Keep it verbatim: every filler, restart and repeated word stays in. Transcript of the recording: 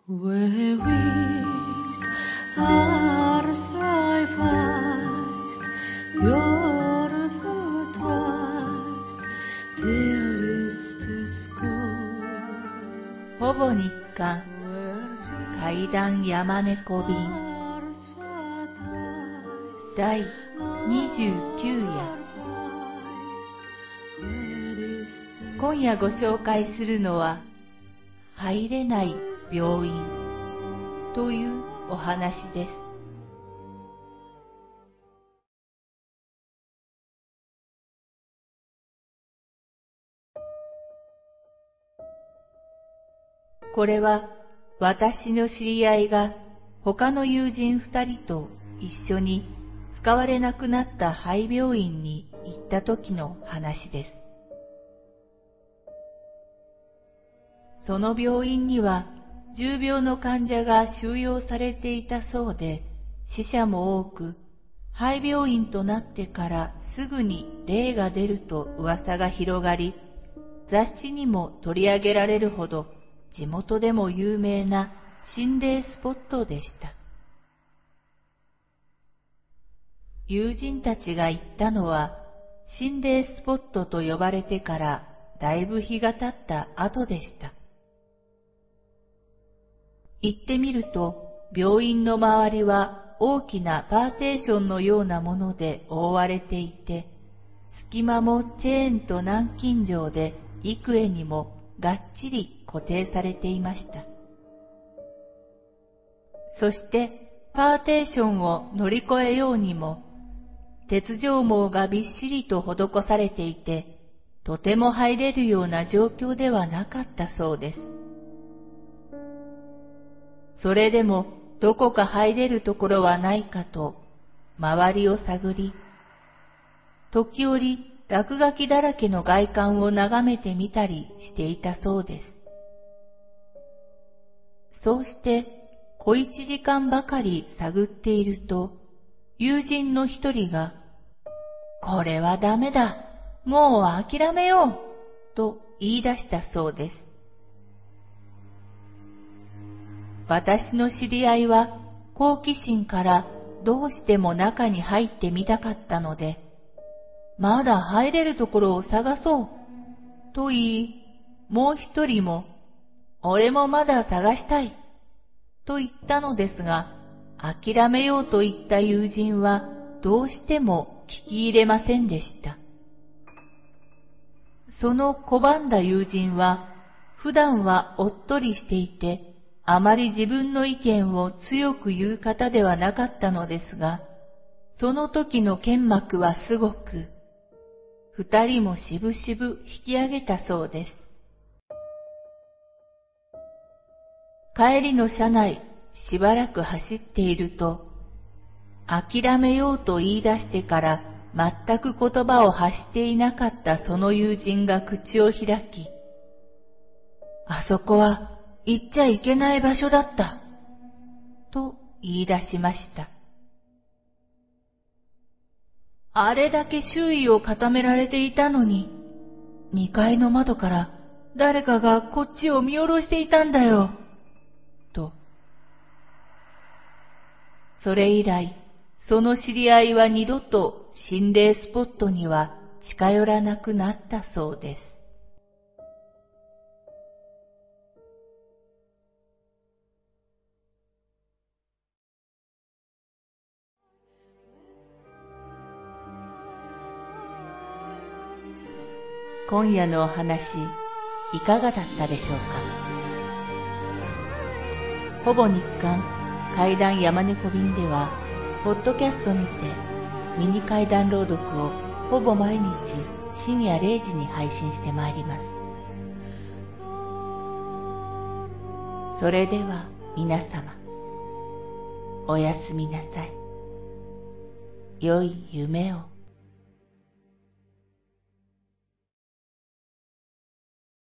Where wished are five eyes, your foot twice, there is the school. ほぼ日刊怪談山猫便だいにじゅうきゅう夜。今夜ご紹介するのは入れない病院というお話です。これは私の知り合いが他の友人二人と一緒に使われなくなった廃病院に行った時の話です。その病院には重病の患者が収容されていたそうで、死者も多く、廃病院となってからすぐに霊が出ると噂が広がり、雑誌にも取り上げられるほど地元でも有名な心霊スポットでした。友人たちが行ったのは心霊スポットと呼ばれてからだいぶ日が経った後でした。行ってみると、病院の周りは大きなパーテーションのようなもので覆われていて、隙間もチェーンと南京錠で幾重にもがっちり固定されていました。そしてパーテーションを乗り越えようにも、鉄条網がびっしりと施されていて、とても入れるような状況ではなかったそうです。それでもどこか入れるところはないかと周りを探り、時折落書きだらけの外観を眺めてみたりしていたそうです。そうして小一時間ばかり探っていると、友人の一人が、これはダメだ、もう諦めよう、と言い出したそうです。私の知り合いは好奇心からどうしても中に入ってみたかったので、まだ入れるところを探そう、と言い、もう一人も、俺もまだ探したい、と言ったのですが、諦めようと言った友人はどうしても聞き入れませんでした。その拒んだ友人は、普段はおっとりしていて、あまり自分の意見を強く言う方ではなかったのですが、その時の剣幕はすごく、二人もしぶしぶ引き上げたそうです。帰りの車内、しばらく走っていると、諦めようと言い出してから全く言葉を発していなかったその友人が口を開き、あそこは行っちゃいけない場所だった、と言い出しました。あれだけ周囲を固められていたのに、二階の窓から誰かがこっちを見下ろしていたんだよ、と。それ以来、その知り合いは二度と心霊スポットには近寄らなくなったそうです。今夜のお話、いかがだったでしょうか。ほぼ日刊怪談山猫便では、ポッドキャストにてミニ怪談朗読をほぼ毎日深夜れいじに配信してまいります。それでは皆様、おやすみなさい。良い夢を。